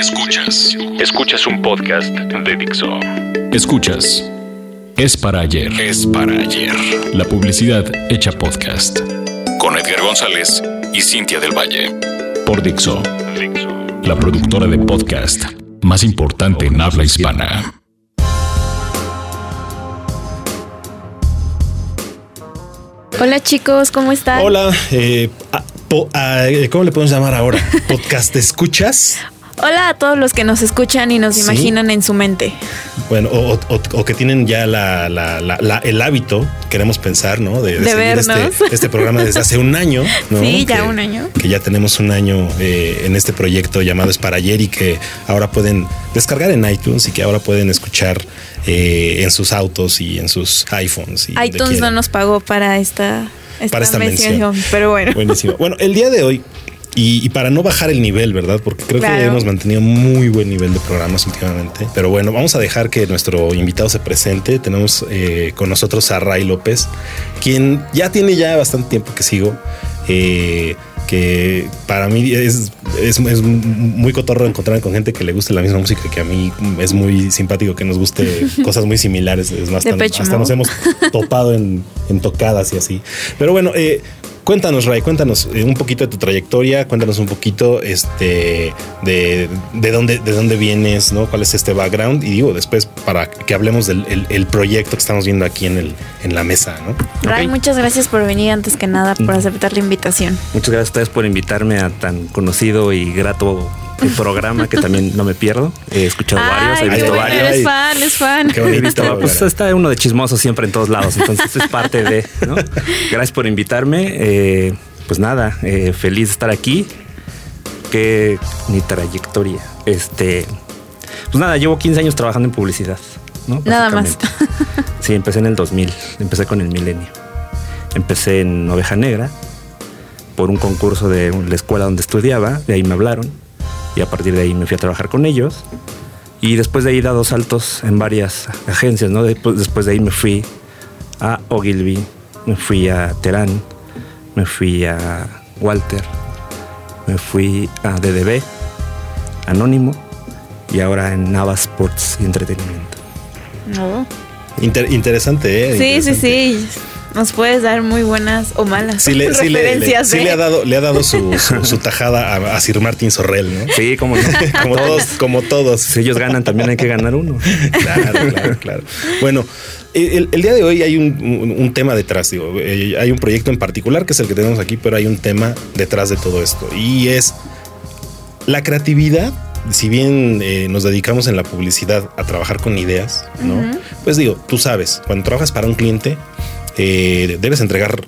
Escuchas un podcast de Dixo. Escuchas Es para ayer. La publicidad hecha podcast. Con Edgar González y Cintia del Valle. Por Dixo, la productora de podcast más importante en habla hispana. Hola chicos, ¿cómo están? Hola, ¿cómo le podemos llamar ahora? ¿Podcast escuchas? Hola a todos los que nos escuchan y nos imaginan en su mente. Bueno, o que tienen ya el hábito, queremos pensar, ¿no? De vernos. Este programa desde hace un año, ¿no? Sí, ya un año. Que ya tenemos un año en este proyecto llamado Es para ayer y que ahora pueden descargar en iTunes y que ahora pueden escuchar en sus autos y en sus iPhones. Y iTunes no nos pagó para esta mención, pero bueno. Buenísimo. Bueno, el día de hoy, y para no bajar el nivel, ¿verdad? Porque creo que hemos mantenido muy buen nivel de programas últimamente. Pero bueno, vamos a dejar que nuestro invitado se presente. Tenemos con nosotros a Ray López, quien ya tiene bastante tiempo que sigo. Que para mí es muy cotorro encontrar con gente que le guste la misma música que a mí. Es muy simpático que nos guste cosas muy similares. Es más, hasta nos hemos topado en tocadas y así. Pero bueno, cuéntanos, Ray, un poquito de tu trayectoria, cuéntanos un poquito de dónde vienes, ¿no? ¿Cuál es este background? Y digo, después para que hablemos del el proyecto que estamos viendo aquí en la mesa, ¿no? Ray, muchas gracias por venir, antes que nada, por aceptar la invitación. Muchas gracias a ustedes por invitarme a tan conocido y grato programa que también no me pierdo. He escuchado varios, he visto varios. Es fan. Qué bonito. Pues está uno de chismoso siempre en todos lados, entonces es parte de, ¿no? Gracias por invitarme. Pues nada, feliz de estar aquí. Que mi trayectoria. Pues nada, llevo 15 años trabajando en publicidad, ¿no? Nada más. Sí, empecé en el 2000, empecé con el milenio. Empecé en Oveja Negra por un concurso de la escuela donde estudiaba, de ahí me hablaron. Y a partir de ahí me fui a trabajar con ellos. Y después de ahí he dado saltos en varias agencias, ¿no? Después de ahí me fui a Ogilvy, me fui a Terán, me fui a Walter, me fui a DDB, Anónimo y ahora en Nava Sports y Entretenimiento. No. Interesante, ¿eh? Sí. Nos puedes dar muy buenas o malas referencias. Sí, le ha dado su tajada a Sir Martin Sorrell, ¿no? Sí, como no. como todos. Si ellos ganan, también hay que ganar uno. Claro. Bueno, el día de hoy hay un tema detrás, digo. Hay un proyecto en particular que es el que tenemos aquí, pero hay un tema detrás de todo esto. Y es la creatividad. Si bien nos dedicamos en la publicidad a trabajar con ideas, ¿no? Uh-huh. Pues digo, tú sabes, cuando trabajas para un cliente, debes entregar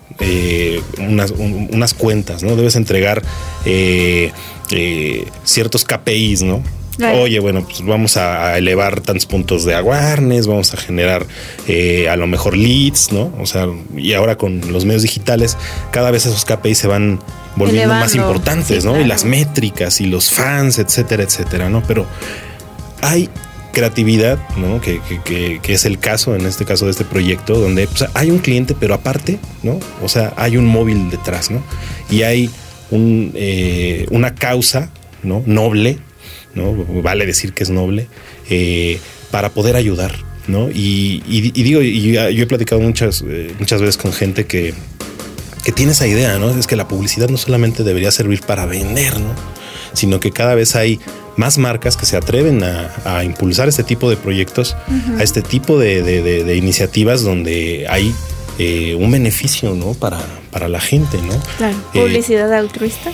unas cuentas, ¿no? Debes entregar ciertos KPIs, ¿no? Right. Oye, bueno, pues vamos a elevar tantos puntos de awareness, vamos a generar a lo mejor leads, ¿no? O sea, y ahora con los medios digitales, cada vez esos KPIs se van volviendo más importantes, sí, ¿no? Claro. Y las métricas y los fans, etcétera, ¿no? Pero hay creatividad, ¿no? Que es el caso, en este caso de este proyecto, donde pues, hay un cliente, pero aparte, ¿no? O sea, hay un móvil detrás, ¿no? Y hay una causa, ¿no? Noble, ¿no? Vale decir que es noble, para poder ayudar, ¿no? Y digo, yo he platicado muchas veces con gente que tiene esa idea, ¿no? Es que la publicidad no solamente debería servir para vender, ¿no? Sino que cada vez hay más marcas que se atreven a impulsar este tipo de proyectos, uh-huh, a este tipo de iniciativas donde hay un beneficio, ¿no? Para la gente, ¿no? Claro. ¿Publicidad altruista?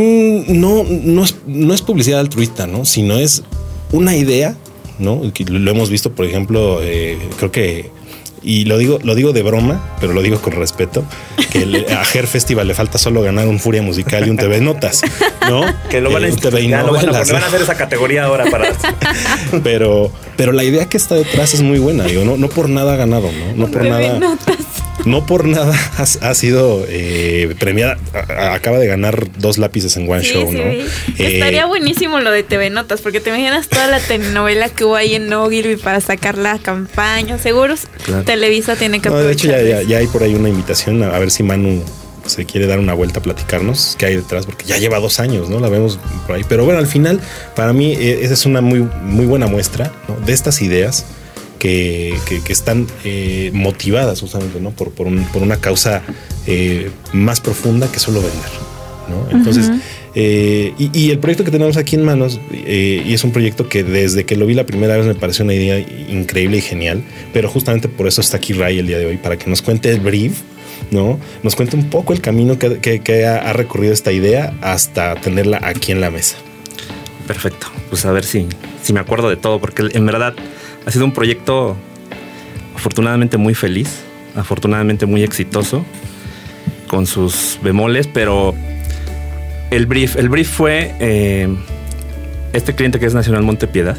No es publicidad altruista, ¿no? Sino es una idea, ¿no? Lo hemos visto, por ejemplo, creo que, y lo digo de broma, pero lo digo con respeto, que a Hair Festival le falta solo ganar un Furia Musical y un TV Notas, ¿no? Que lo van a van a hacer esa categoría ahora para... pero la idea que está detrás es muy buena, digo, no por nada ha ganado, ¿no? No por nada ha sido premiada. Acaba de ganar 2 lápices en One Show, ¿no? Estaría buenísimo lo de TV Notas, porque te imaginas toda la telenovela que hubo ahí en Ogilvy para sacar la campaña. Seguro claro. Televisa tiene que aprovechar. De hecho, ya hay por ahí una invitación a ver si Manu se quiere dar una vuelta a platicarnos qué hay detrás, porque ya lleva 2 años, ¿no? La vemos por ahí. Pero bueno, al final, para mí, esa es una muy, muy buena muestra, ¿no? De estas ideas que están motivadas justamente, ¿no? por una causa más profunda que solo vender, ¿no? Entonces, y el proyecto que tenemos aquí en manos, y es un proyecto que desde que lo vi la primera vez me pareció una idea increíble y genial, pero justamente por eso está aquí Ray el día de hoy, para que nos cuente el brief, ¿no? Nos cuente un poco el camino que ha recorrido esta idea hasta tenerla aquí en la mesa. Perfecto, pues a ver si me acuerdo de todo, porque en verdad ha sido un proyecto afortunadamente muy feliz, afortunadamente muy exitoso, con sus bemoles, pero el brief fue este cliente que es Nacional Montepiedad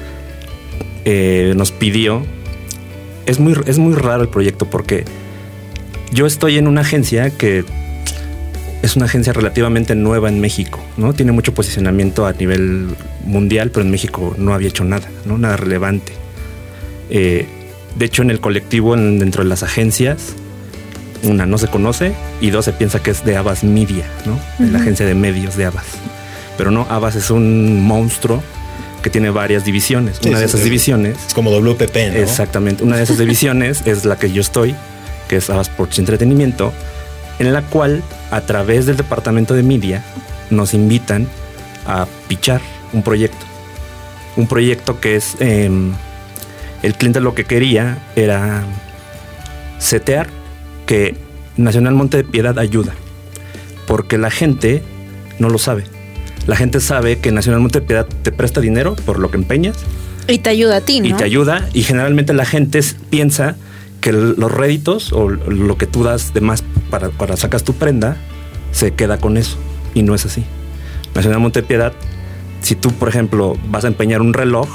nos pidió. Es muy raro el proyecto porque yo estoy en una agencia que es una agencia relativamente nueva en México, ¿no? Tiene mucho posicionamiento a nivel mundial, pero en México no había hecho nada, ¿no? Nada relevante. De hecho, en el colectivo, dentro de las agencias, una, no se conoce, y 2, se piensa que es de Havas Media, ¿no? De la agencia de medios de Havas. Pero no, Havas es un monstruo que tiene varias divisiones. Una de esas divisiones... Es como WPP, ¿no? Exactamente. Una de esas divisiones es la que yo estoy, que es Havas Sports y Entretenimiento, en la cual, a través del departamento de media, nos invitan a pitchar un proyecto. Un proyecto que es... el cliente lo que quería era setear que Nacional Montepiedad ayuda, porque la gente no lo sabe. La gente sabe que Nacional Montepiedad te presta dinero por lo que empeñas. Y te ayuda a ti, ¿no? Y te ayuda, y generalmente la gente piensa que los réditos o lo que tú das de más para sacas tu prenda, se queda con eso, y no es así. Nacional Montepiedad, si tú, por ejemplo, vas a empeñar un reloj,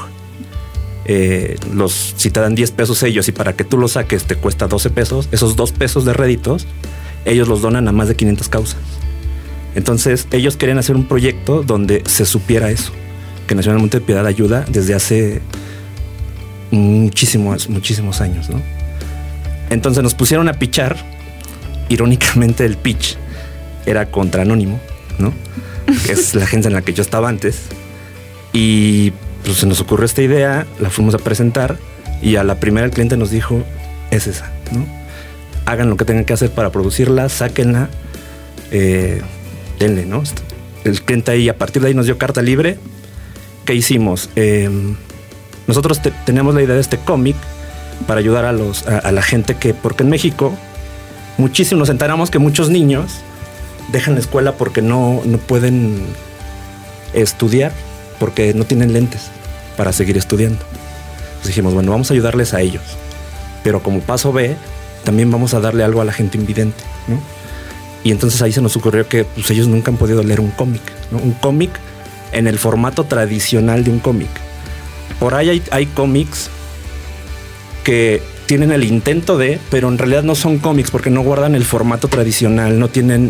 si te dan 10 pesos ellos y para que tú lo saques te cuesta 12 pesos, esos 2 pesos de réditos ellos los donan a más de 500 causas. Entonces ellos querían hacer un proyecto donde se supiera eso, que Nacional Montepiedad ayuda desde hace muchísimos años, ¿no? Entonces nos pusieron a pitchar. Irónicamente, el pitch era contra Anónimo, ¿no? Que es la agencia en la que yo estaba antes. Y pues se nos ocurrió esta idea, la fuimos a presentar, y a la primera el cliente nos dijo, es esa, ¿no? Hagan lo que tengan que hacer para producirla, sáquenla, denle, ¿no? El cliente ahí, a partir de ahí, nos dio carta libre. ¿Qué hicimos? Nosotros teníamos la idea de este cómic para ayudar a la gente porque en México nos enteramos que muchos niños dejan la escuela porque no pueden estudiar, porque no tienen lentes para seguir estudiando. Entonces dijimos, bueno, vamos a ayudarles a ellos, pero como paso B, también vamos a darle algo a la gente invidente, ¿no? Y entonces ahí se nos ocurrió que pues, ellos nunca han podido leer un cómic, ¿no? Un cómic en el formato tradicional de un cómic. Por ahí hay cómics que tienen el intento de, pero en realidad no son cómics porque no guardan el formato tradicional, no tienen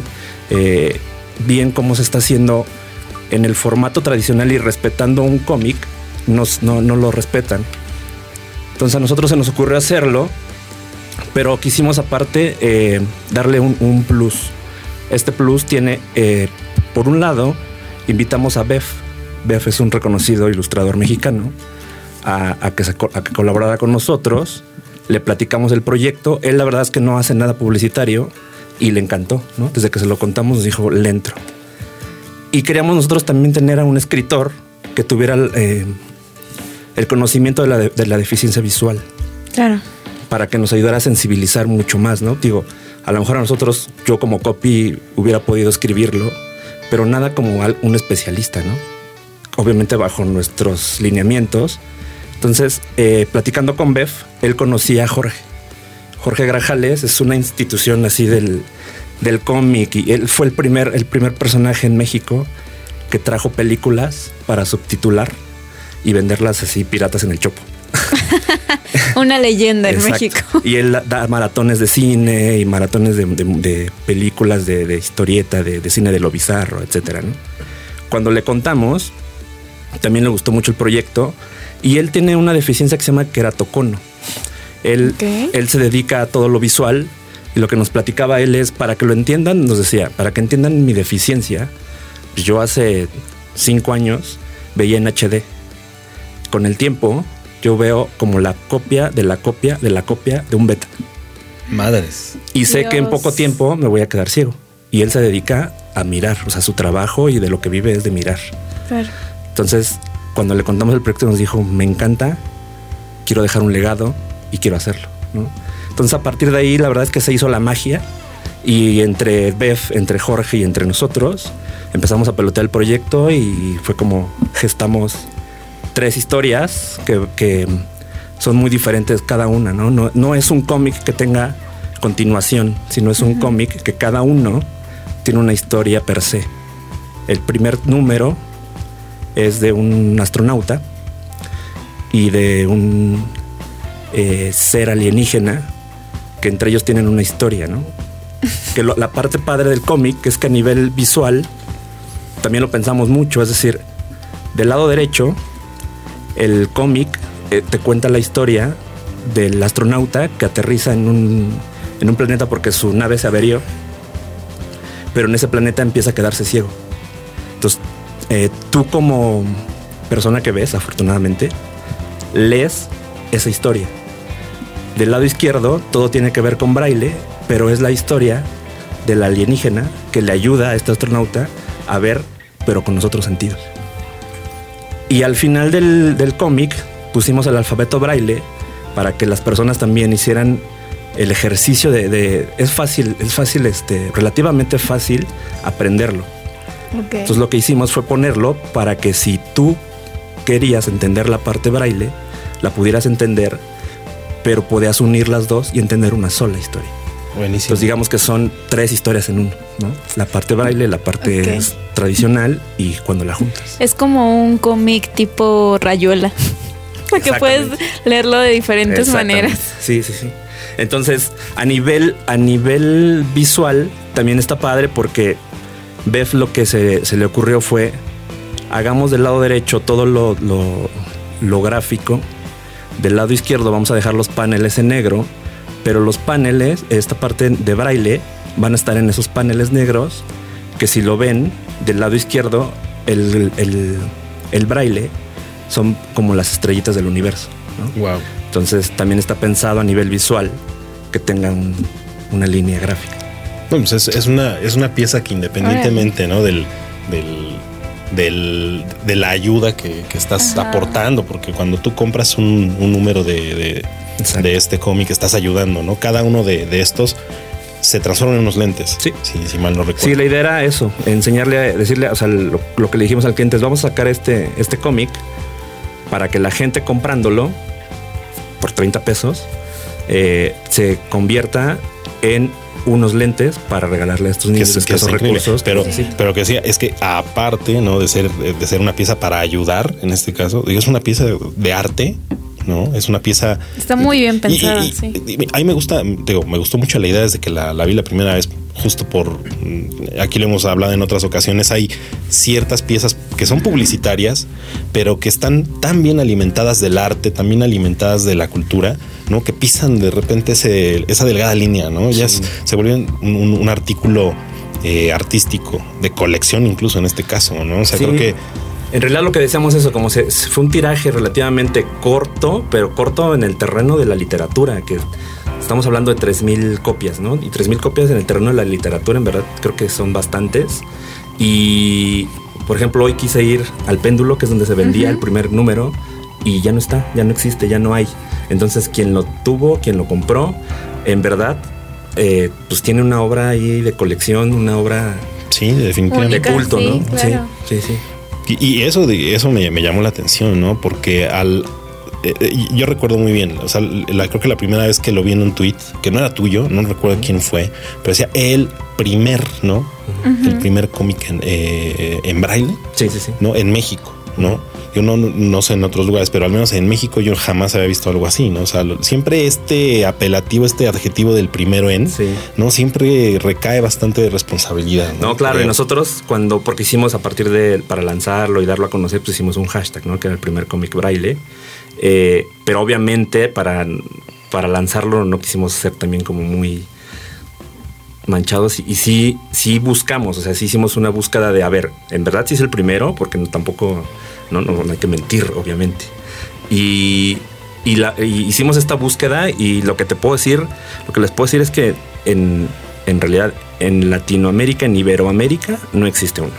bien cómo se está haciendo en el formato tradicional, y respetando un cómic no lo respetan. Entonces a nosotros se nos ocurrió hacerlo, pero quisimos aparte darle un plus. Este plus tiene, por un lado, invitamos a Bef. Bef es un reconocido ilustrador mexicano a que colaborara con nosotros. Le platicamos el proyecto. Él la verdad es que no hace nada publicitario y le encantó, ¿no? Desde que se lo contamos nos dijo, le entro. Y queríamos nosotros también tener a un escritor que tuviera el conocimiento de la deficiencia visual. Claro. Para que nos ayudara a sensibilizar mucho más, ¿no? Digo, a lo mejor a nosotros, yo como copy hubiera podido escribirlo, pero nada como un especialista, ¿no? Obviamente bajo nuestros lineamientos. Entonces, platicando con Bef, él conocía a Jorge. Jorge Grajales es una institución así del cómic, y él fue el primer personaje en México que trajo películas para subtitular y venderlas así piratas en el Chopo. Una leyenda en México. Y él da maratones de cine y maratones de películas de historieta, de cine de lo bizarro, etcétera, ¿no? Cuando le contamos, también le gustó mucho el proyecto, y él tiene una deficiencia que se llama queratocono. Él se dedica a todo lo visual, Y lo que nos platicaba él es, para que lo entiendan, nos decía, para que entiendan mi deficiencia, pues yo hace 5 años veía en HD. Con el tiempo, yo veo como la copia de la copia de la copia de un beta. Madres. Y sé Dios. que en poco tiempo me voy a quedar ciego. Y él se dedica a mirar, o sea, su trabajo y de lo que vive es de mirar. Claro. Entonces, cuando le contamos el proyecto, nos dijo, me encanta, quiero dejar un legado y quiero hacerlo, ¿no? Entonces, a partir de ahí, la verdad es que se hizo la magia. Y entre Bev, entre Jorge y entre nosotros, empezamos a pelotear el proyecto y fue como gestamos 3 historias que son muy diferentes cada una, ¿no? No es un cómic que tenga continuación, sino es un cómic que cada uno tiene una historia per se. El primer número es de un astronauta y de un ser alienígena que entre ellos tienen una historia, ¿no? Que la parte padre del cómic es que a nivel visual también lo pensamos mucho, es decir, del lado derecho el cómic te cuenta la historia del astronauta que aterriza en un planeta porque su nave se averió, pero en ese planeta empieza a quedarse ciego. Entonces tú como persona que ves, afortunadamente, lees esa historia. Del lado izquierdo todo tiene que ver con braille, pero es la historia del alienígena que le ayuda a este astronauta a ver, pero con los otros sentidos. Y al final del cómic pusimos el alfabeto braille para que las personas también hicieran el ejercicio es fácil, relativamente fácil aprenderlo. Okay. Entonces lo que hicimos fue ponerlo para que si tú querías entender la parte braille, la pudieras entender, pero podías unir las dos y entender una sola historia. Buenísimo. Entonces digamos que son 3 historias en uno, ¿no? La parte braille, la parte tradicional y cuando la juntas. Es como un cómic tipo Rayuela, que puedes leerlo de diferentes maneras. Sí. Entonces, a nivel visual también está padre porque Bev lo que se le ocurrió fue hagamos del lado derecho todo lo gráfico. Del lado izquierdo vamos a dejar los paneles en negro, pero los paneles, esta parte de braille, van a estar en esos paneles negros que si lo ven del lado izquierdo, el braille son como las estrellitas del universo, ¿no? Wow. Entonces también está pensado a nivel visual que tengan una línea gráfica. Bueno, pues es una pieza que independientemente, ¿no? de la ayuda que estás aportando, porque cuando tú compras un número de este cómic estás ayudando, ¿no? Cada uno de estos se transforman en unos lentes. Sí. Si mal no recuerdo. Sí, la idea era eso, decirle, o sea, lo que le dijimos al cliente es vamos a sacar este cómic para que la gente comprándolo por 30 pesos se convierta en unos lentes para regalarle a estos niños de escasos recursos. Pero que decía, es que aparte, ¿no? de ser una pieza para ayudar, en este caso, es una pieza de arte, ¿no? Es una pieza... Está muy bien pensada, sí. A mí me gustó mucho la idea desde que la vi la primera vez, justo aquí lo hemos hablado en otras ocasiones, hay ciertas piezas que son publicitarias, pero que están tan bien alimentadas del arte, tan bien alimentadas de la cultura, ¿no? Que pisan de repente esa delgada línea, ¿no? Ya se vuelve un artículo artístico, de colección incluso en este caso, ¿no? O sea, creo que... En realidad lo que decíamos eso, como fue un tiraje relativamente corto, pero corto en el terreno de la literatura, que estamos hablando de 3,000 copias, ¿no? Y 3,000 copias en el terreno de la literatura, en verdad, creo que son bastantes. Y, por ejemplo, hoy quise ir al Péndulo, que es donde se vendía el primer número, y ya no está, ya no existe, ya no hay. Entonces, quien lo tuvo, quien lo compró, en verdad, pues tiene una obra ahí de colección, una obra... Sí, definitivamente. De culto, sí, ¿no? Claro. Sí. Y eso me llamó la atención, ¿no? Porque yo recuerdo muy bien, o sea, creo que la primera vez que lo vi en un tweet, que no era tuyo, no recuerdo quién fue, pero decía el primer, ¿no? El primer cómic en braille. Sí. ¿No? En México, ¿no? Yo no sé en otros lugares, pero al menos en México yo jamás había visto algo así, ¿no? O sea, siempre este apelativo, este adjetivo del primero ¿no? Siempre recae bastante de responsabilidad, ¿no? No, claro, y nosotros porque hicimos para lanzarlo y darlo a conocer, pues hicimos un hashtag, ¿no? Que era el primer cómic braille. Pero obviamente para lanzarlo no quisimos ser también como muy manchados y sí buscamos, o sea, sí hicimos una búsqueda de, a ver, en verdad sí es el primero, porque tampoco, no hay que mentir, obviamente. Y hicimos esta búsqueda y lo que les puedo decir es que en realidad en Latinoamérica, en Iberoamérica, no existe uno.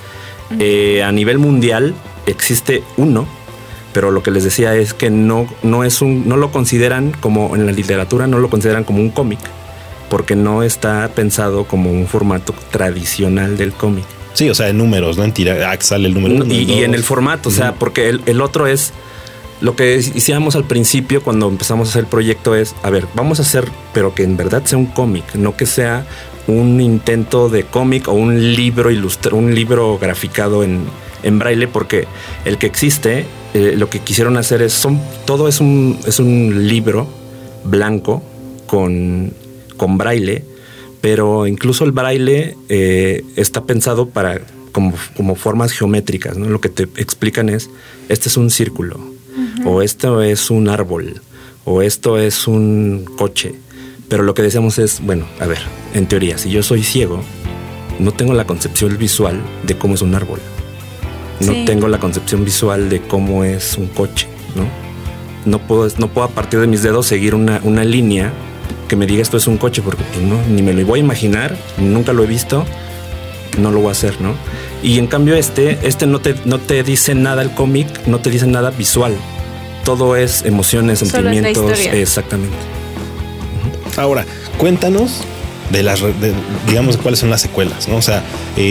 A nivel mundial existe uno, pero lo que les decía es que no lo consideran como, en la literatura no lo consideran como un cómic, porque no está pensado como un formato tradicional del cómic. Sí, o sea, en números, ¿no? En tira, sale el número. Y en el formato, o sea, porque el otro es lo que hicimos al principio cuando empezamos a hacer el proyecto es, a ver, vamos a hacer, pero que en verdad sea un cómic, no que sea un intento de cómic o un libro un libro graficado en braille, porque el que existe, lo que quisieron hacer es, todo es un libro blanco con braille, pero incluso el braille está pensado para como formas geométricas, ¿no? Lo que te explican es, este es un círculo, o esto es un árbol, o esto es un coche. Pero lo que decíamos es, bueno, a ver, en teoría, si yo soy ciego, no tengo la concepción visual de cómo es un árbol. No tengo la concepción visual de cómo es un coche, ¿no? No puedo a partir de mis dedos seguir una línea que me diga esto es un coche, porque pues, no, ni me lo voy a imaginar, nunca lo he visto, no lo voy a hacer, ¿no? Y en cambio este no te dice nada el cómic, no te dice nada visual. Todo es emociones, sentimientos. Exactamente. Ahora, cuéntanos digamos, cuáles son las secuelas, ¿no? O sea,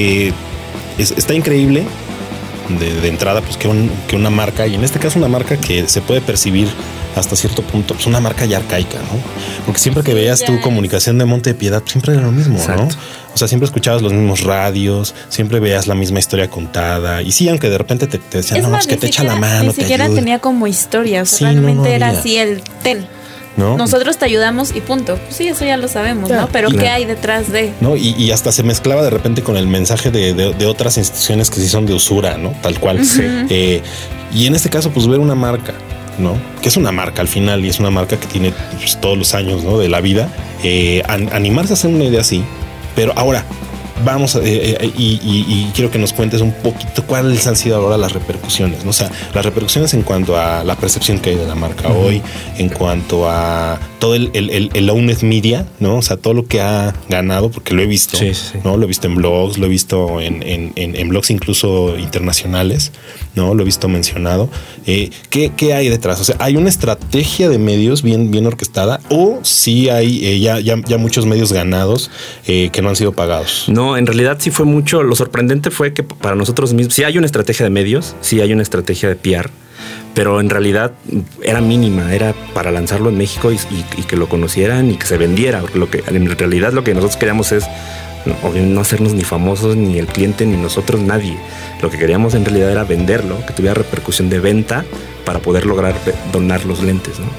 está increíble de entrada, pues que una marca, y en este caso una marca que se puede percibir hasta cierto punto, pues una marca ya arcaica, ¿no? Porque siempre que veías tu comunicación de Monte de Piedad, siempre era lo mismo, exacto, ¿no? O sea, siempre escuchabas los mismos radios, siempre veías la misma historia contada. Y sí, aunque de repente te decían, no, es que te echa la mano, ni siquiera tenía como historia, o sea, sí, realmente era así el ten. ¿No? Nosotros te ayudamos y punto. Pues sí, eso ya lo sabemos, ¿no? Pero ¿qué hay detrás de? ¿No? Y hasta se mezclaba de repente con el mensaje de otras instituciones que sí son de usura, ¿no? Tal cual. Y en este caso, pues ver una marca, ¿no? Que es una marca al final y es una marca que tiene pues, todos los años, ¿no? De la vida. Animarse a hacer una idea así. Pero ahora, vamos y quiero que nos cuentes un poquito cuáles han sido ahora las repercusiones, ¿no? O sea, las repercusiones en cuanto a la percepción que hay de la marca hoy, en cuanto a todo el owned media, ¿no? O sea, todo lo que ha ganado, porque lo he visto, ¿no? Lo he visto en blogs, lo he visto en blogs incluso internacionales, ¿no? Lo he visto mencionado. ¿Qué hay detrás? O sea, ¿hay una estrategia de medios bien orquestada o sí hay ya muchos medios ganados que no han sido pagados? No, en realidad sí fue mucho. Lo sorprendente fue que para nosotros mismos sí hay una estrategia de medios, sí hay una estrategia de PR, pero en realidad era mínima, era para lanzarlo en México y que lo conocieran y que se vendiera, porque en realidad lo que nosotros queríamos es no hacernos ni famosos, ni el cliente, ni nosotros, nadie. Lo que queríamos en realidad era venderlo, que tuviera repercusión de venta para poder lograr donar los lentes, ¿no?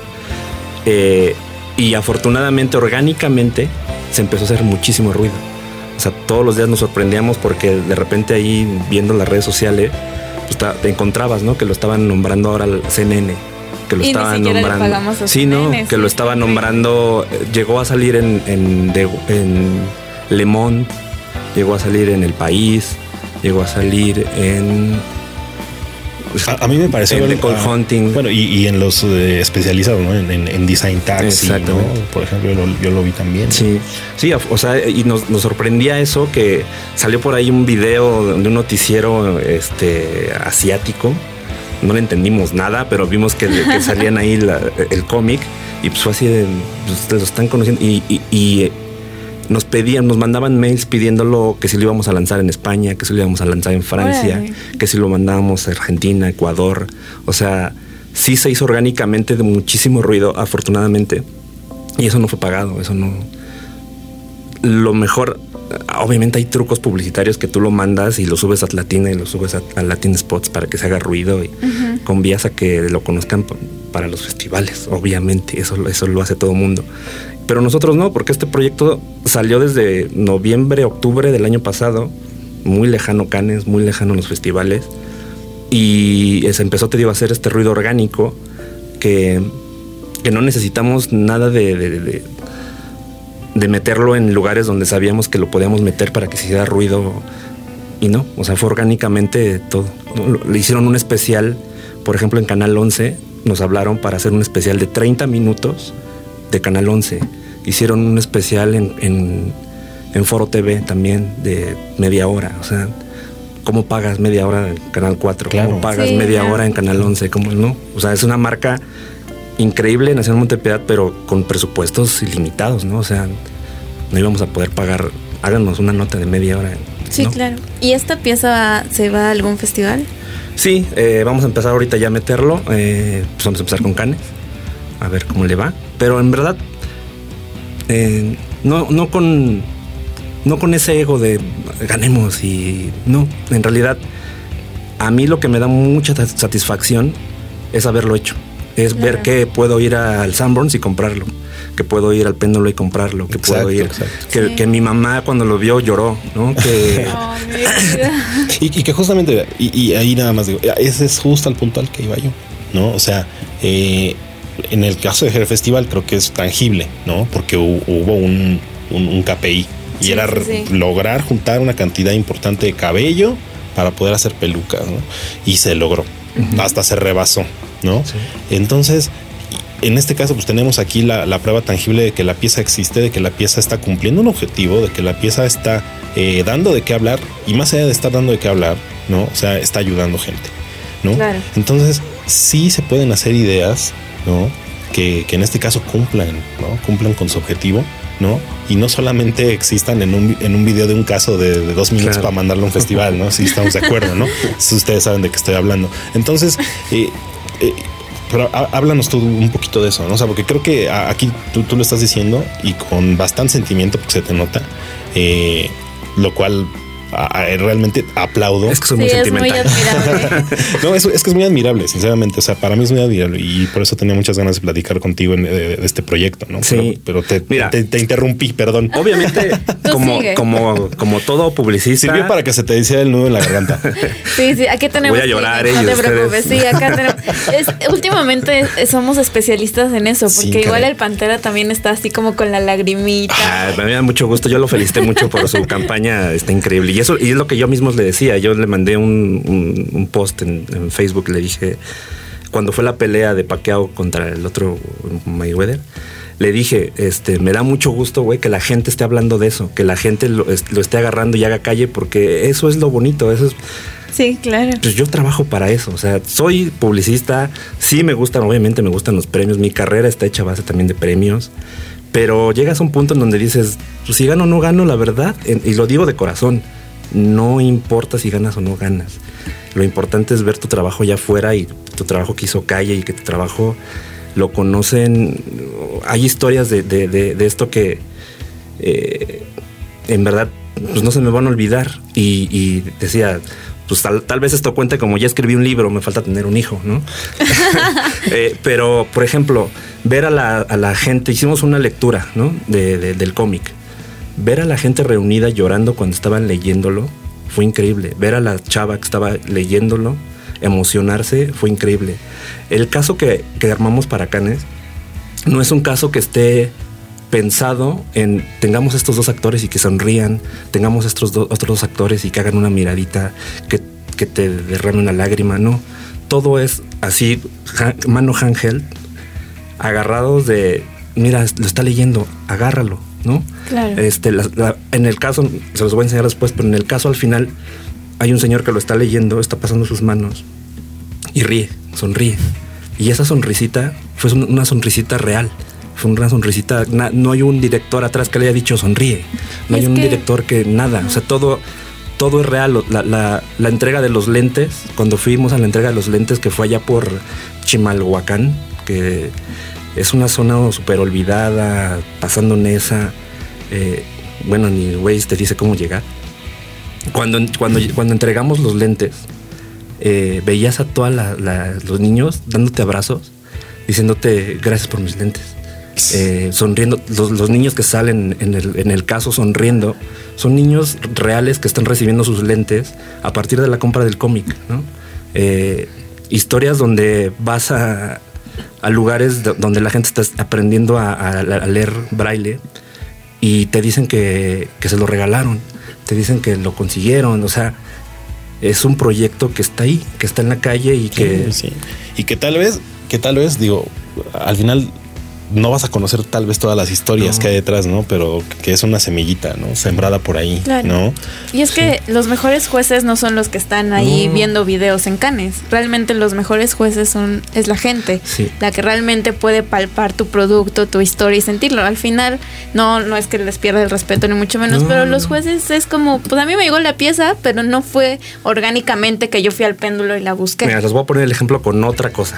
Y afortunadamente, orgánicamente, se empezó a hacer muchísimo ruido. O sea, todos los días nos sorprendíamos porque de repente ahí, viendo las redes sociales, pues te encontrabas, ¿no? Que lo estaban nombrando ahora al CNN, que lo estaban nombrando. Sí, ¿no? Que lo estaban nombrando. Llegó a salir en Le Monde, llegó a salir en El País, llegó a salir en... A mí me pareció en The Cold Hunting. Bueno, y en los especializados, ¿no? En Design Taxi, ¿no? Por ejemplo, yo lo vi también. Sí, o sea, y nos sorprendía eso, que salió por ahí un video de un noticiero asiático. No le entendimos nada, pero vimos que salían ahí el cómic y pues fue así de, pues, lo están conociendo y nos mandaban mails pidiéndolo, que si lo íbamos a lanzar en España, que si lo íbamos a lanzar en Francia, que si lo mandábamos a Argentina, Ecuador. O sea, sí se hizo orgánicamente de muchísimo ruido, afortunadamente. Y eso no fue pagado, eso no... Lo mejor, obviamente hay trucos publicitarios que tú lo mandas y lo subes a Atlatina y lo subes a Latin Spots para que se haga ruido y con vías a que lo conozcan para los festivales. Obviamente, eso lo hace todo mundo. Pero nosotros no, porque este proyecto salió desde noviembre, octubre del año pasado, muy lejano Cannes, muy lejano los festivales, y se empezó, te digo, a hacer este ruido orgánico que no necesitamos nada de meterlo en lugares donde sabíamos que lo podíamos meter para que se hiciera ruido y no, o sea, fue orgánicamente todo, ¿no? Le hicieron un especial, por ejemplo, en Canal 11 nos hablaron para hacer un especial de 30 minutos de Canal 11. Hicieron un especial en Foro TV también de media hora, o sea, ¿cómo pagas media hora en Canal 4? Claro. ¿Cómo pagas media hora en Canal 11? ¿Cómo no? O sea, es una marca increíble, Nación Montepiedad, pero con presupuestos ilimitados, ¿no? O sea, no íbamos a poder pagar, háganos una nota de media hora. Sí, ¿no? Claro. ¿Y esta pieza se va a algún festival? Sí, vamos a empezar ahorita ya a meterlo, pues vamos a empezar con Cannes, a ver cómo le va, pero en verdad, no con ese ego de ganemos y no, en realidad a mí lo que me da mucha satisfacción es haberlo hecho. Es ver que puedo ir al Sanborns y comprarlo, que puedo ir al Péndulo y comprarlo, que puedo ir, que mi mamá cuando lo vio lloró, ¿no? Que y que justamente, y ahí nada más digo, ese es justo el punto al que iba yo, ¿no? O sea, en el caso de Jerez Festival creo que es tangible, ¿no? Porque hubo un KPI y era lograr juntar una cantidad importante de cabello para poder hacer pelucas, ¿no? Y se logró, hasta se rebasó, ¿no? Sí. Entonces, en este caso, pues tenemos aquí la prueba tangible de que la pieza existe, de que la pieza está cumpliendo un objetivo, de que la pieza está dando de qué hablar, y más allá de estar dando de qué hablar, ¿no? O sea, está ayudando gente, ¿no? Claro. Entonces, sí se pueden hacer ideas, ¿no? Que en este caso cumplan, ¿no? Cumplan con su objetivo, ¿no? Y no solamente existan en un video de un caso de 2 minutos para mandarlo a un festival, ¿no? Si estamos de acuerdo, ¿no? Si ustedes saben de qué estoy hablando. Entonces, pero háblanos tú un poquito de eso, ¿no? O sea, porque creo que aquí tú lo estás diciendo y con bastante sentimiento, porque se te nota, lo cual realmente aplaudo. Es que soy muy sentimental. Es muy admirable. No, es que es muy admirable, sinceramente. O sea, para mí es muy admirable y por eso tenía muchas ganas de platicar contigo de este proyecto, ¿no? Sí. Pero te interrumpí, perdón. Obviamente, como todo publicista. Sirvió para que se te hiciera el nudo en la garganta. Sí, aquí tenemos. Voy a llorar, no te preocupes. Sí, acá tenemos. Últimamente somos especialistas en eso, porque igual el Pantera también está así como con la lagrimita. Me da mucho gusto. Yo lo felicité mucho por su campaña, está increíble. Y es lo que yo mismo le decía. Yo le mandé un post en Facebook, le dije, cuando fue la pelea de Pacquiao contra el otro Mayweather, le dije, me da mucho gusto, güey, que la gente esté hablando de eso, que la gente lo esté agarrando y haga calle, porque eso es lo bonito, eso es... Sí, claro. Pues yo trabajo para eso, o sea, soy publicista, sí me gustan, obviamente me gustan los premios, mi carrera está hecha a base también de premios, pero llegas a un punto en donde dices, pues si gano o no gano, la verdad, y lo digo de corazón, no importa si ganas o no ganas. Lo importante es ver tu trabajo allá afuera y tu trabajo que hizo calle y que tu trabajo lo conocen. Hay historias de esto que en verdad pues no se me van a olvidar. Y decía, pues tal vez esto cuente como ya escribí un libro, me falta tener un hijo, ¿no? Pero, por ejemplo, ver a la gente, hicimos una lectura, ¿no? del cómic. Ver a la gente reunida llorando cuando estaban leyéndolo fue increíble. Ver a la chava que estaba leyéndolo emocionarse fue increíble. El caso que armamos para Cannes no es un caso que esté pensado en tengamos estos 2 actores y que sonrían, tengamos estos otros 2 actores y que hagan una miradita, que te derrame una lágrima, no. Todo es así, mano handheld, agarrados de, mira, lo está leyendo, agárralo, ¿no? Claro. En el caso, se los voy a enseñar después, pero en el caso al final hay un señor que lo está leyendo, está pasando sus manos y sonríe. Y esa sonrisita fue una sonrisita real. Fue una sonrisita, no hay un director atrás que le haya dicho sonríe. No hay un director que nada, o sea, todo es real. La entrega de los lentes, cuando fuimos a la entrega de los lentes, que fue allá por Chimalhuacán, que es una zona súper olvidada, pasando Nesa. Bueno, ni Waze te dice cómo llegar. Cuando entregamos los lentes, veías a todos los niños dándote abrazos, diciéndote gracias por mis lentes. Sonriendo, los niños que salen en el caso sonriendo son niños reales que están recibiendo sus lentes a partir de la compra del cómic, ¿no? Historias donde vas a lugares donde la gente está aprendiendo a leer braille y te dicen que se lo regalaron, te dicen que lo consiguieron, o sea, es un proyecto que está ahí, que está en la calle y que... Sí. Y que tal vez, digo, al final no vas a conocer tal vez todas las historias que hay detrás, ¿no? Pero que es una semillita, ¿no? Sembrada por ahí, claro. ¿No? Y es que los mejores jueces no son los que están ahí viendo videos en Cannes. Realmente los mejores jueces es la gente, la que realmente puede palpar tu producto, tu historia y sentirlo. Al final, no es que les pierda el respeto ni mucho menos, pero los jueces es como, pues a mí me llegó la pieza, pero no fue orgánicamente que yo fui al péndulo y la busqué. Mira, les voy a poner el ejemplo con otra cosa.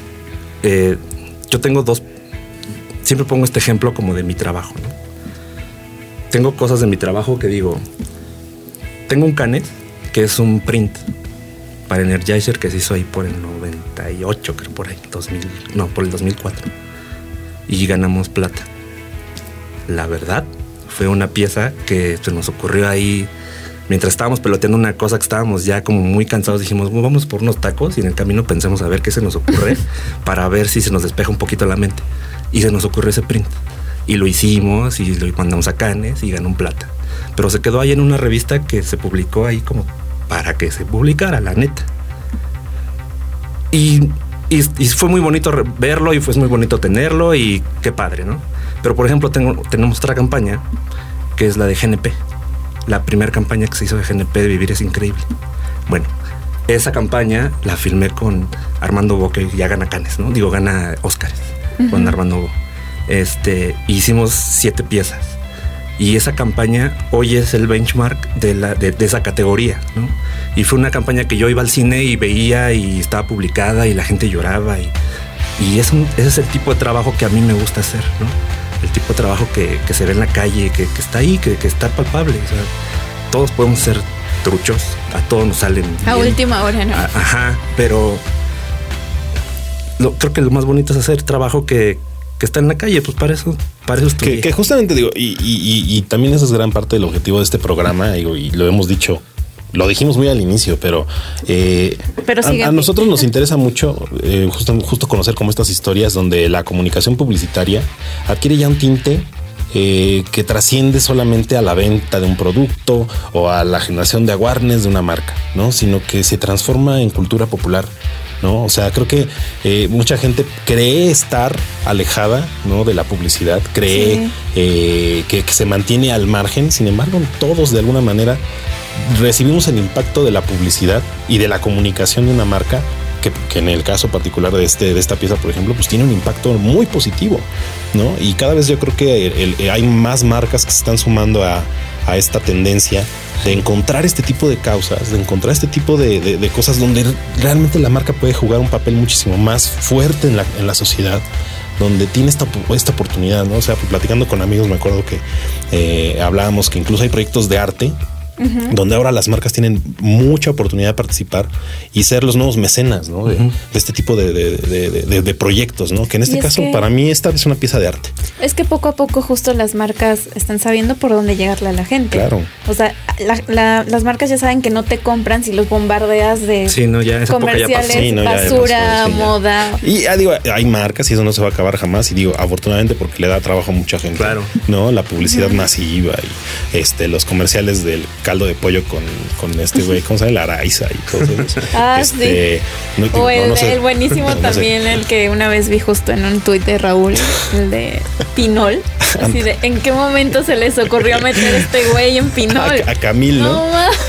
Yo tengo siempre pongo este ejemplo como de mi trabajo, ¿no? Tengo cosas de mi trabajo que digo, tengo un Cannes que es un print para Energizer que se hizo ahí por el 98, creo por ahí, por el 2004. Y ganamos plata. La verdad, fue una pieza que se nos ocurrió ahí mientras estábamos peloteando una cosa que estábamos ya como muy cansados. Dijimos, vamos por unos tacos y en el camino pensemos a ver qué se nos ocurre para ver si se nos despeja un poquito la mente. Y se nos ocurrió ese print. Y lo hicimos y lo mandamos a Cannes y ganó un plata. Pero se quedó ahí en una revista que se publicó ahí como para que se publicara, la neta. Y fue muy bonito verlo y fue muy bonito tenerlo y qué padre, ¿no? Pero por ejemplo tenemos otra campaña que es la de GNP. La primera campaña que se hizo de GNP de Vivir es Increíble. Bueno, esa campaña la filmé con Armando Bo, que ya gana Cannes, ¿no? Digo, gana Óscares. Con Armando Bo. Hicimos 7 piezas y esa campaña hoy es el benchmark de esa categoría, ¿no? Y fue una campaña que yo iba al cine y veía y estaba publicada y la gente lloraba y ese es el tipo de trabajo que a mí me gusta hacer, ¿no? El tipo de trabajo que se ve en la calle, que está ahí, que está palpable. O sea, todos podemos ser truchos, a todos nos salen a bien. Última hora, ¿no? Ajá, pero creo que lo más bonito es hacer trabajo que está en la calle, pues para eso estudié. Que justamente digo, y también eso es gran parte del objetivo de este programa, digo, y lo hemos dicho, lo dijimos muy al inicio, pero a nosotros nos interesa mucho justo conocer como estas historias donde la comunicación publicitaria adquiere ya un tinte que trasciende solamente a la venta de un producto o a la generación de awareness de una marca, ¿no? Sino que se transforma en cultura popular, ¿no? O sea, creo que mucha gente cree estar alejada, ¿no? De la publicidad, cree que se mantiene al margen. Sin embargo, todos de alguna manera recibimos el impacto de la publicidad y de la comunicación de una marca que en el caso particular de esta pieza, por ejemplo, pues tiene un impacto muy positivo, ¿no? Y cada vez yo creo que hay más marcas que se están sumando a esta tendencia de encontrar este tipo de causas, de encontrar este tipo de cosas donde realmente la marca puede jugar un papel muchísimo más fuerte en la sociedad, donde tiene esta oportunidad, ¿no? O sea, platicando con amigos me acuerdo que hablábamos que incluso hay proyectos de arte donde ahora las marcas tienen mucha oportunidad de participar y ser los nuevos mecenas, ¿no? De este tipo de proyectos, ¿no? Que en este caso para mí esta es una pieza de arte. Es que poco a poco justo las marcas están sabiendo por dónde llegarle a la gente. Claro. O sea, las marcas ya saben que no te compran si los bombardeas de comerciales, basura, moda. Y digo, hay marcas y eso no se va a acabar jamás. Y digo, afortunadamente porque le da trabajo a mucha gente. Claro. ¿No? La publicidad masiva y los comerciales del caldo de pollo con este güey, ¿cómo se llama? La Araiza y todo eso. Sí. O el buenísimo también, el que una vez vi justo en un tuit de Raúl, el de Pinol. Así de, ¿en qué momento se les ocurrió meter este güey en Pinol? A Camil, ¿no?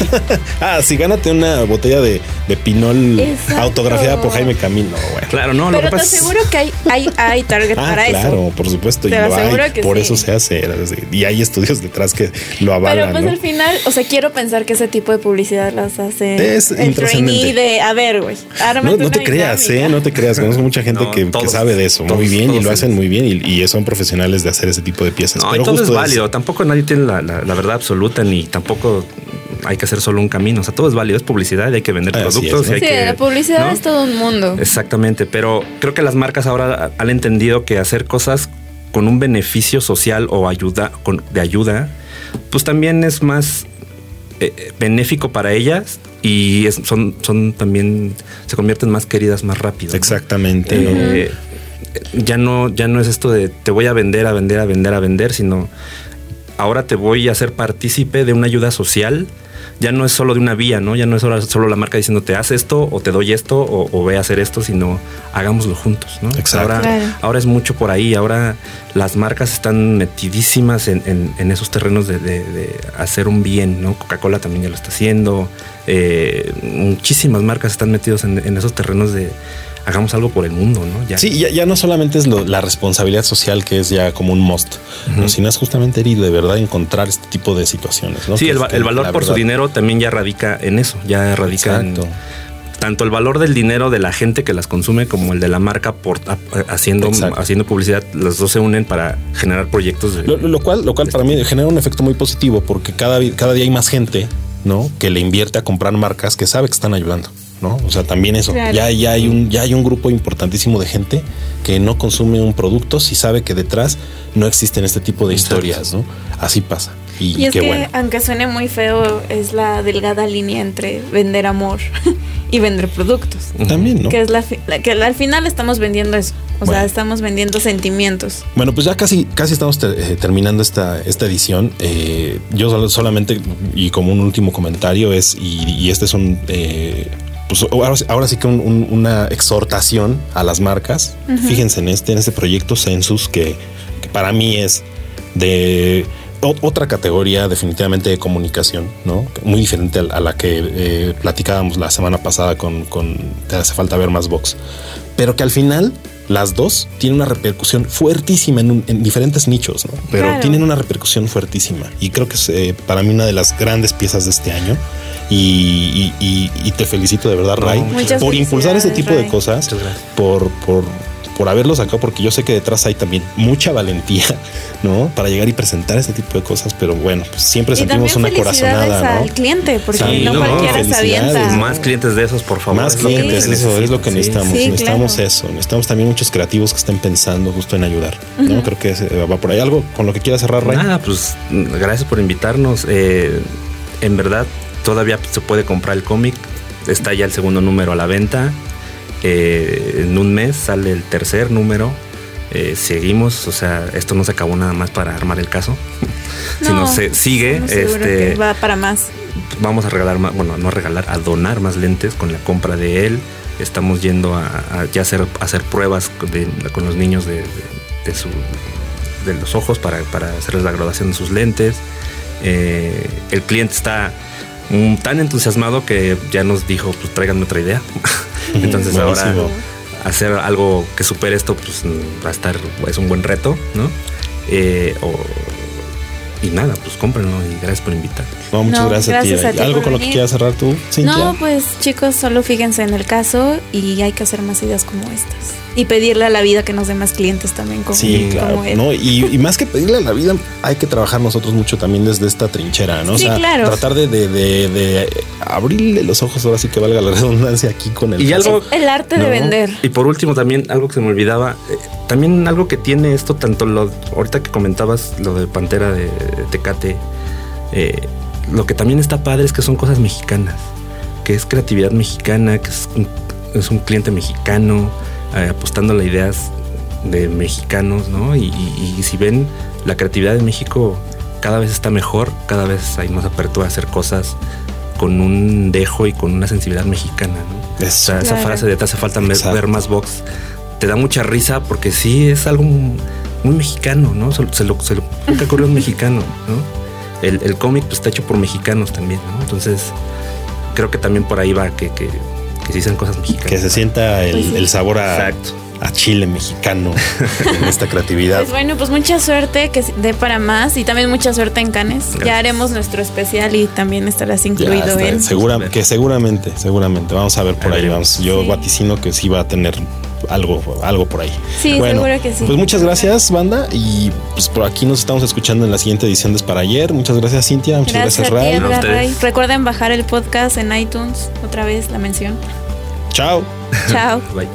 Sí, gánate una botella de Pinol. Exacto. Autografiada por Jaime Camil. No, güey. Claro, no. Pero te aseguro que hay target para eso. Claro, por supuesto. Te aseguro que por eso se hace. Y hay estudios detrás que lo avalan. Pero pues al final, o sea, quiero pensar que ese tipo de publicidad las hace el trainee de, a ver, güey, no te creas, no te creas. Conozco mucha gente que sabe de eso muy bien y lo hacen muy bien y son profesionales de hacer ese tipo de piezas. No, pero todo es válido. Tampoco nadie tiene la verdad absoluta ni tampoco hay que hacer solo un camino. O sea, todo es válido. Es publicidad y hay que vender productos. ¿No? La publicidad es todo un mundo. Exactamente. Pero creo que las marcas ahora han entendido que hacer cosas con un beneficio social o de ayuda, pues también es más benéfico para ellas y son también se convierten más queridas más rápido. Exactamente. Ya no es esto de te voy a vender, sino ahora te voy a hacer partícipe de una ayuda social. Ya no es solo de una vía, ¿no? Ya no es solo la marca diciéndote haz esto o te doy esto o ve a hacer esto, sino hagámoslo juntos, ¿no? Exacto. Ahora es mucho por ahí. Ahora las marcas están metidísimas en esos terrenos de hacer un bien, ¿no? Coca-Cola también ya lo está haciendo. Muchísimas marcas están metidos en esos terrenos de hagamos algo por el mundo, ¿no? Ya no solamente es la responsabilidad social, que es ya como un must, ¿no? Sino es justamente ir y de verdad encontrar este tipo de situaciones, ¿no? Sí, el valor por su dinero también ya radica en eso, ya radica en tanto el valor del dinero de la gente que las consume como el de la marca por haciendo publicidad. Los dos se unen para generar proyectos. Lo cual para mí genera un efecto muy positivo, porque cada día hay más gente, ¿no? Que le invierte a comprar marcas que sabe que están ayudando, ¿no? O sea, también eso. Claro. Ya hay un grupo importantísimo de gente que no consume un producto si sabe que detrás no existen este tipo de historias, ¿no? Así pasa. Y es que bueno, aunque suene muy feo, es la delgada línea entre vender amor y vender productos. También, ¿no? Que es que al final estamos vendiendo eso. O sea, estamos vendiendo sentimientos. Bueno, pues ya casi estamos terminando esta edición. Yo solamente, y como un último comentario, y este es un... pues ahora sí que una exhortación a las marcas. Fíjense en este proyecto Census, que para mí es de otra categoría definitivamente de comunicación, ¿no? Muy diferente a la que platicábamos la semana pasada con Te hace falta ver más Vox, pero que al final las dos tienen una repercusión fuertísima en diferentes nichos, ¿no? Pero tienen una repercusión fuertísima, y creo que es para mí una de las grandes piezas de este año. Y te felicito de verdad, Ray, por impulsar este tipo de cosas, por haberlo sacado, porque yo sé que detrás hay también mucha valentía, ¿no? Para llegar y presentar este tipo de cosas, pero bueno, pues siempre sentimos una corazonada, ¿no? Al cliente, porque no cualquiera se avienta. Más clientes de esos, por favor. Más clientes, eso es lo que necesitamos. Sí, necesitamos eso. Necesitamos también muchos creativos que estén pensando justo en ayudar, ¿no? Creo que va por ahí. ¿Algo con lo que quieras cerrar, Ray? Nada, pues gracias por invitarnos. En verdad, todavía se puede comprar el cómic. Está ya el segundo número a la venta. En un mes sale el tercer número. Seguimos, o sea, esto no se acabó nada más para armar el caso, sino se sigue. Que va para más. Vamos a regalar más, bueno, no regalar, a donar más lentes con la compra de él. Estamos yendo a ya hacer pruebas con los niños de los ojos para hacerles la graduación de sus lentes. El cliente está tan entusiasmado que ya nos dijo, pues tráiganme otra idea. Entonces ahora hacer algo que supere esto, pues va a estar, es un buen reto, ¿no? Y nada, pues cómprenlo, y gracias por invitar. No, muchas gracias a ti. ¿Algo con lo que quieras cerrar tú, Cintia? No, pues chicos, solo fíjense en el caso, y hay que hacer más ideas como estas. Y pedirle a la vida que nos dé más clientes también como él. ¿No? Y más que pedirle a la vida, hay que trabajar nosotros mucho también desde esta trinchera, ¿no? Sí, o sea, claro. Tratar de abrirle los ojos, ahora sí que valga la redundancia, aquí con el el arte de vender. Y por último, también algo que se me olvidaba, también algo que tiene esto, tanto ahorita que comentabas lo de Pantera de Tecate, lo que también está padre es que son cosas mexicanas, que es creatividad mexicana, que es un cliente mexicano, apostando a ideas de mexicanos, ¿no? Y si ven, la creatividad en México cada vez está mejor, cada vez hay más apertura a hacer cosas con un dejo y con una sensibilidad mexicana, ¿no? Esa frase de te hace falta ver más Vox, te da mucha risa porque sí es algo muy mexicano, ¿no? Nunca ocurrió un mexicano, ¿no? El cómic pues está hecho por mexicanos también, ¿no? Entonces creo que también por ahí va que sí sean cosas mexicanas. Que se sienta el sabor a chile mexicano en esta creatividad. Pues bueno, pues mucha suerte, que dé para más, y también mucha suerte en Cannes. Gracias. Ya haremos nuestro especial y también estarás incluido en... Seguramente. Vamos a ver por ahí. Yo vaticino que sí va a tener algo por ahí. Sí, bueno, seguro que sí. Pues muchas gracias, banda, y pues por aquí nos estamos escuchando en la siguiente edición de Es para Ayer. Muchas gracias, Cintia. Muchas gracias, Ray. Recuerden bajar el podcast en iTunes, otra vez la mención. Chao. Bye.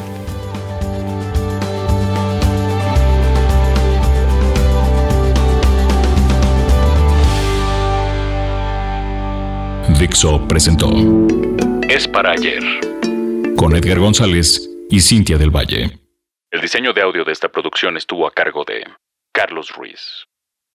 Dixo presentó Es para Ayer con Edgar González y Cintia del Valle. El diseño de audio de esta producción estuvo a cargo de Carlos Ruiz.